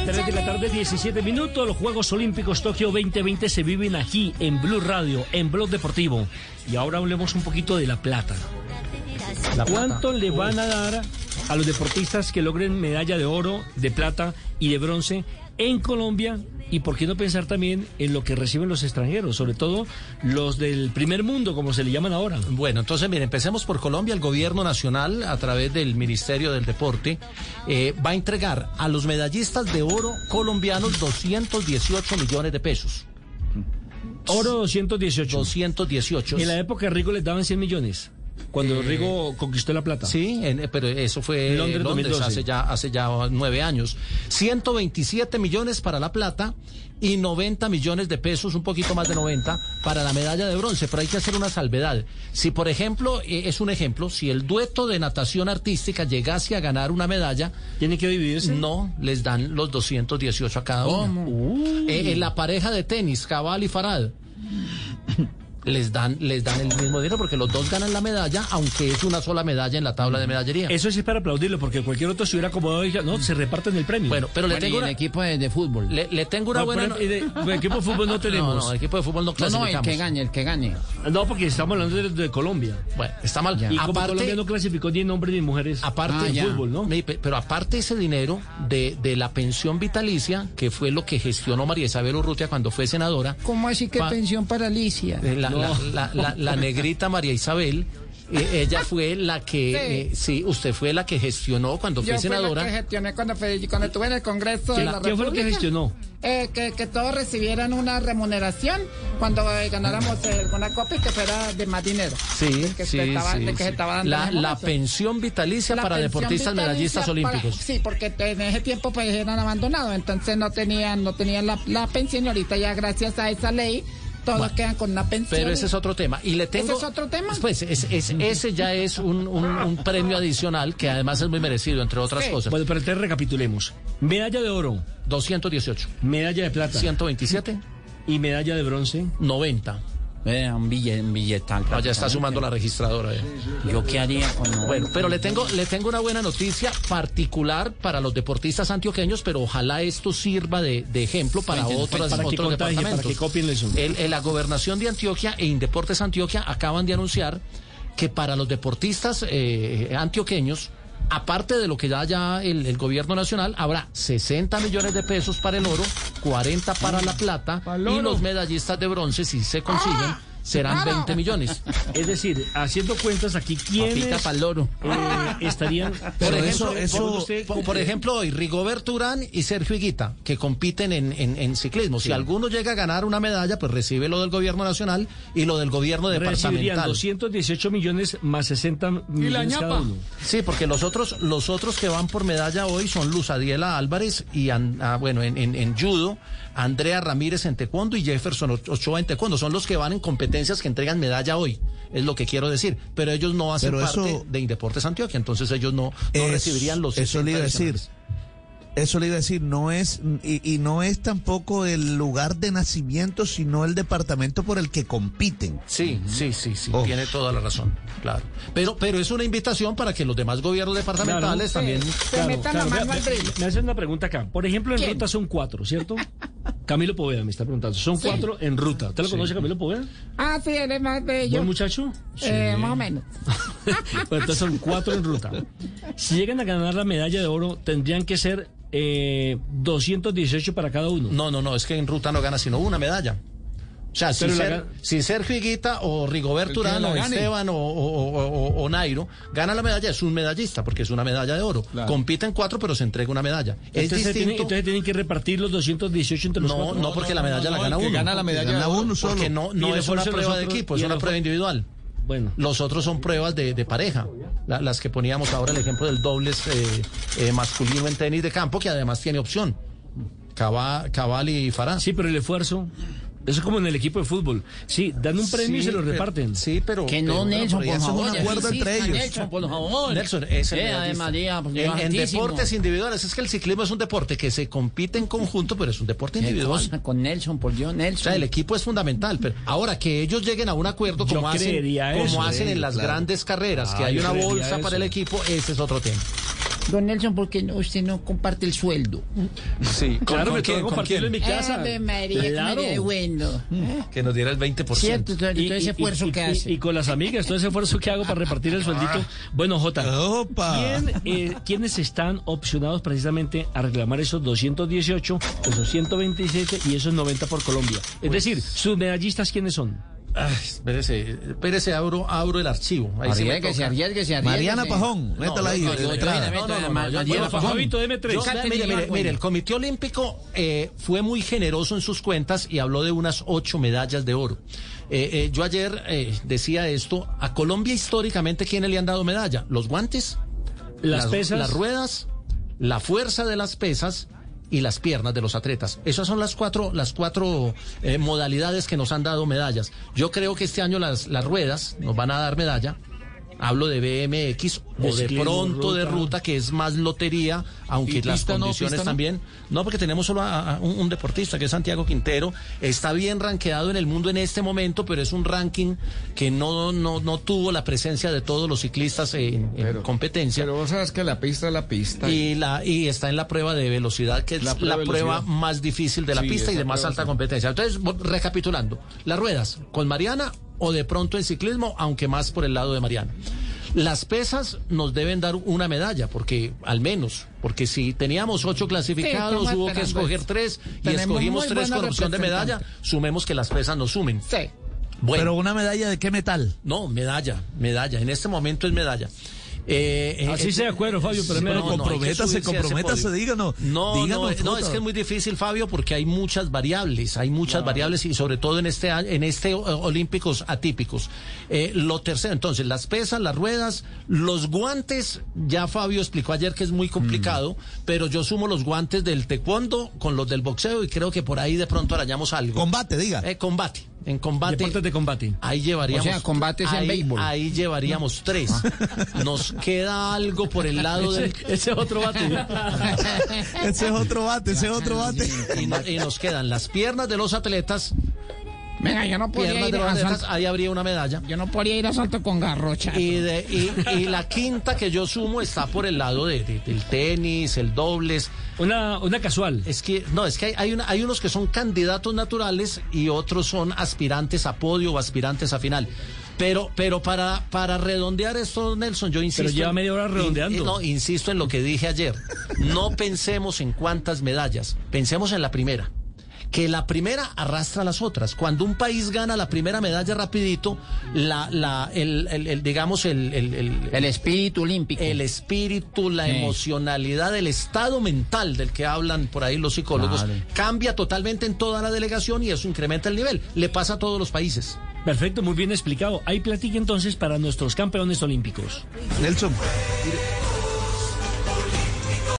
3 de la tarde, 17 minutos. Los Juegos Olímpicos Tokio 2020 se viven aquí en Blue Radio, en Blog Deportivo. Y ahora hablemos un poquito de la plata. ¿Cuánto le van a dar a los deportistas que logren medalla de oro, de plata y de bronce en Colombia? Y por qué no pensar también en lo que reciben los extranjeros, sobre todo los del primer mundo, como se le llaman ahora. Bueno, entonces, mire, empecemos por Colombia. El gobierno nacional, a través del Ministerio del Deporte, va a entregar a los medallistas de oro colombianos 218 millones de pesos. Oro 218. 218. En la época de Rigo les daban 100 millones. Cuando Rigo conquistó la plata. Sí, pero eso fue en Londres hace ya 9 años. 127 millones para la plata y 90 millones de pesos, un poquito más de 90, para la medalla de bronce. Pero hay que hacer una salvedad. Si, por ejemplo, es un ejemplo, si el dueto de natación artística llegase a ganar una medalla... ¿Tiene que dividirse? No, les dan los 218 a cada uno. En la pareja de tenis, Cabal y Farad... Les dan el mismo dinero porque los dos ganan la medalla, aunque es una sola medalla en la tabla de medallería. Eso sí es para aplaudirlo, porque cualquier otro se hubiera acomodado y ya, no, se reparten el premio. Bueno, pero le tengo el equipo de fútbol. Le tengo una buena... El equipo de fútbol no tenemos. No, el equipo de fútbol no clasificamos. No, el que gane. No, porque estamos hablando de Colombia. Bueno, está mal. Y como Colombia no clasificó ni en hombres ni en mujeres. Aparte de fútbol, ¿no? Pero aparte ese dinero de la pensión vitalicia, que fue lo que gestionó María Isabel Urrutia cuando fue senadora. ¿Cómo así que pensión para Alicia? La negrita María Isabel, ella fue la que, usted fue la que gestionó cuando fue senadora. Yo fui la que gestioné cuando estuve en el Congreso de la República. ¿Qué fue lo que gestionó? Que todos recibieran una remuneración cuando ganáramos una copa y que fuera de más dinero. La pensión vitalicia para deportistas medallistas olímpicos. Sí, porque en ese tiempo pues eran abandonados, entonces no tenían la pensión y ahorita ya gracias a esa ley todos quedan con una pensión. Pero ese es otro tema. Y le tengo... ¿Ese es otro tema? Pues ese ya es un premio adicional que además es muy merecido, entre otras cosas. Bueno, pero entonces recapitulemos. Medalla de oro. 218. Medalla de plata. 127. Y medalla de bronce. 90. Un billetal. Ya está sumando la registradora. ¿Yo qué haría con...? Bueno, pero le tengo una buena noticia particular para los deportistas antioqueños, pero ojalá esto sirva de ejemplo para otros departamentos. Para que copien eso. La Gobernación de Antioquia e Indeportes Antioquia acaban de anunciar que para los deportistas antioqueños, aparte de lo que da ya el gobierno nacional, habrá 60 millones de pesos para el oro, 40 para la plata, y los medallistas de bronce, si se consiguen, serán 20 millones. Es decir, haciendo cuentas aquí, ¿quiénes estarían? Por ejemplo, hoy Rigoberto Urán y Sergio Higuita, que compiten en ciclismo. Si alguno llega a ganar una medalla, pues recibe lo del gobierno nacional y lo del gobierno departamental. Recibirían 218 millones más 60 millones cada uno. Sí, porque los otros que van por medalla hoy son Luz Adiela Álvarez y en judo, Andrea Ramírez en taekwondo y Jefferson Ochoa en taekwondo. Son los que van en competencias que entregan medalla hoy, es lo que quiero decir. Pero ellos no hacen parte de Indeportes Antioquia, entonces ellos no recibirían los... Eso le iba a decir, no es, y no es tampoco el lugar de nacimiento, sino el departamento por el que compiten. Sí, tiene toda la razón, claro. Pero es una invitación para que los demás gobiernos departamentales también... metan la mano al drill. Me hacen una pregunta acá. Por ejemplo, en ruta son 4, ¿cierto? Camilo Poveda me está preguntando. Son 4 en ruta. ¿Usted lo conoce, Camilo Poveda? Ah, sí, él es más bello. ¿Buen muchacho? Más o menos. Bueno, entonces son 4 en ruta. Si llegan a ganar la medalla de oro, tendrían que ser 218 para cada uno. No, es que en ruta no gana sino una medalla. O sea, si Sergio Higuita o Rigoberto Urán o Esteban o Nairo gana la medalla, es un medallista, porque es una medalla de oro. Claro. Compiten 4, pero se entrega una medalla. Entonces tienen que repartir los 218 entre los 4. No, porque la medalla la gana uno. Gana la medalla gana uno solo. Porque no es una prueba de equipo, es una prueba individual. Bueno. Los otros son pruebas de pareja, las que poníamos ahora, el ejemplo del dobles masculino en tenis de campo, que además tiene opción. Cabal y Farah. Sí, pero el esfuerzo... Eso es como en el equipo de fútbol. Sí, dan un premio y se lo reparten. Sí, pero... Que no, Nelson, por favor. Es un acuerdo entre ellos. Nelson, por favor. Nelson, es el María, en deportes individuales. Es que el ciclismo es un deporte que se compite en conjunto, pero es un deporte individual. Cosa con Nelson, por Dios, Nelson. O sea, el equipo es fundamental. Pero ahora, que ellos lleguen a un acuerdo como hacen en las grandes carreras, que hay una bolsa para el equipo, ese es otro tema. Don Nelson, ¿por qué usted no comparte el sueldo? Sí, Claro, me toca ¿con compartirlo en mi casa. Ave María, Claro. qué bueno. Que nos diera el 20%. Cierto, todo ese esfuerzo que hace. Y con las amigas, todo ese esfuerzo que hago para repartir el sueldito. Bueno, Jota, Opa. ¿quiénes están opcionados precisamente a reclamar esos 218, esos 127 y esos 90 por Colombia? Es decir, sus medallistas, ¿quiénes son? Ay, espérese, abro el archivo. Ahí sí me toca. Arriesgue. Mariana Pajón, métala ahí. no, de no, entrada. Bueno, Fabito, deme tres. Mire, el Comité Olímpico fue muy generoso en sus cuentas y habló de unas 8 medallas de oro. Yo ayer decía esto, a Colombia históricamente, ¿quiénes le han dado medalla? Los guantes, Las pesas. las ruedas, la fuerza de las pesas y las piernas de los atletas. Esas son las cuatro modalidades que nos han dado medallas. Yo creo que este año las ruedas nos van a dar medalla. Hablo de BMX o de pronto de ruta, que es más lotería, aunque las condiciones también. No, porque tenemos solo a un deportista, que es Santiago Quintero. Está bien rankeado en el mundo en este momento, pero es un ranking que no tuvo la presencia de todos los ciclistas en competencia. Pero vos sabes que la pista es la pista. Y está en la prueba de velocidad, que es la prueba más difícil de la pista y de más alta competencia. Entonces, recapitulando, las ruedas con Mariana o de pronto el ciclismo, aunque más por el lado de Mariana. Las pesas nos deben dar una medalla, porque si teníamos 8 clasificados, hubo que escoger 3 y escogimos 3 con opción de medalla, sumemos que las pesas nos sumen. Sí. Bueno, Pero una medalla de qué metal? no, medalla, en este momento es medalla. Así sea cuero, Fabio, pero no, me no, hay que comprométase, subirse a ese podio. díganos. No, es que es muy difícil, Fabio, porque hay muchas variables y sobre todo en este Olímpicos atípicos. Lo tercero, entonces, las pesas, las ruedas, los guantes, ya Fabio explicó ayer que es muy complicado, pero yo sumo los guantes del taekwondo con los del boxeo y creo que por ahí de pronto arañamos algo. Combate, diga. Combate. En combate. Deportes de combate. Ahí llevaríamos. O sea, combates en béisbol. Ahí llevaríamos 3. Nos queda algo por el lado del. Ese es otro bate. Ese es otro bate. Y nos quedan las piernas de los atletas. Venga, yo no podía Piernas ir de los a atletas, salto. ahí habría una medalla. Yo no podría ir a salto con garrocha. Y la quinta que yo sumo está por el lado del tenis, el dobles. Una casual. Es que hay unos que son candidatos naturales y otros son aspirantes a podio o aspirantes a final. Pero para redondear esto, Nelson, yo insisto. Pero lleva media hora redondeando. Insisto en lo que dije ayer. No pensemos en cuántas medallas, pensemos en la primera. Que la primera arrastra a las otras. Cuando un país gana la primera medalla rapidito, El espíritu olímpico. el espíritu, la emocionalidad, el estado mental del que hablan por ahí los psicólogos, cambia totalmente en toda la delegación y eso incrementa el nivel. Le pasa a todos los países. Perfecto, muy bien explicado. Hay platica entonces para nuestros campeones olímpicos. Nelson.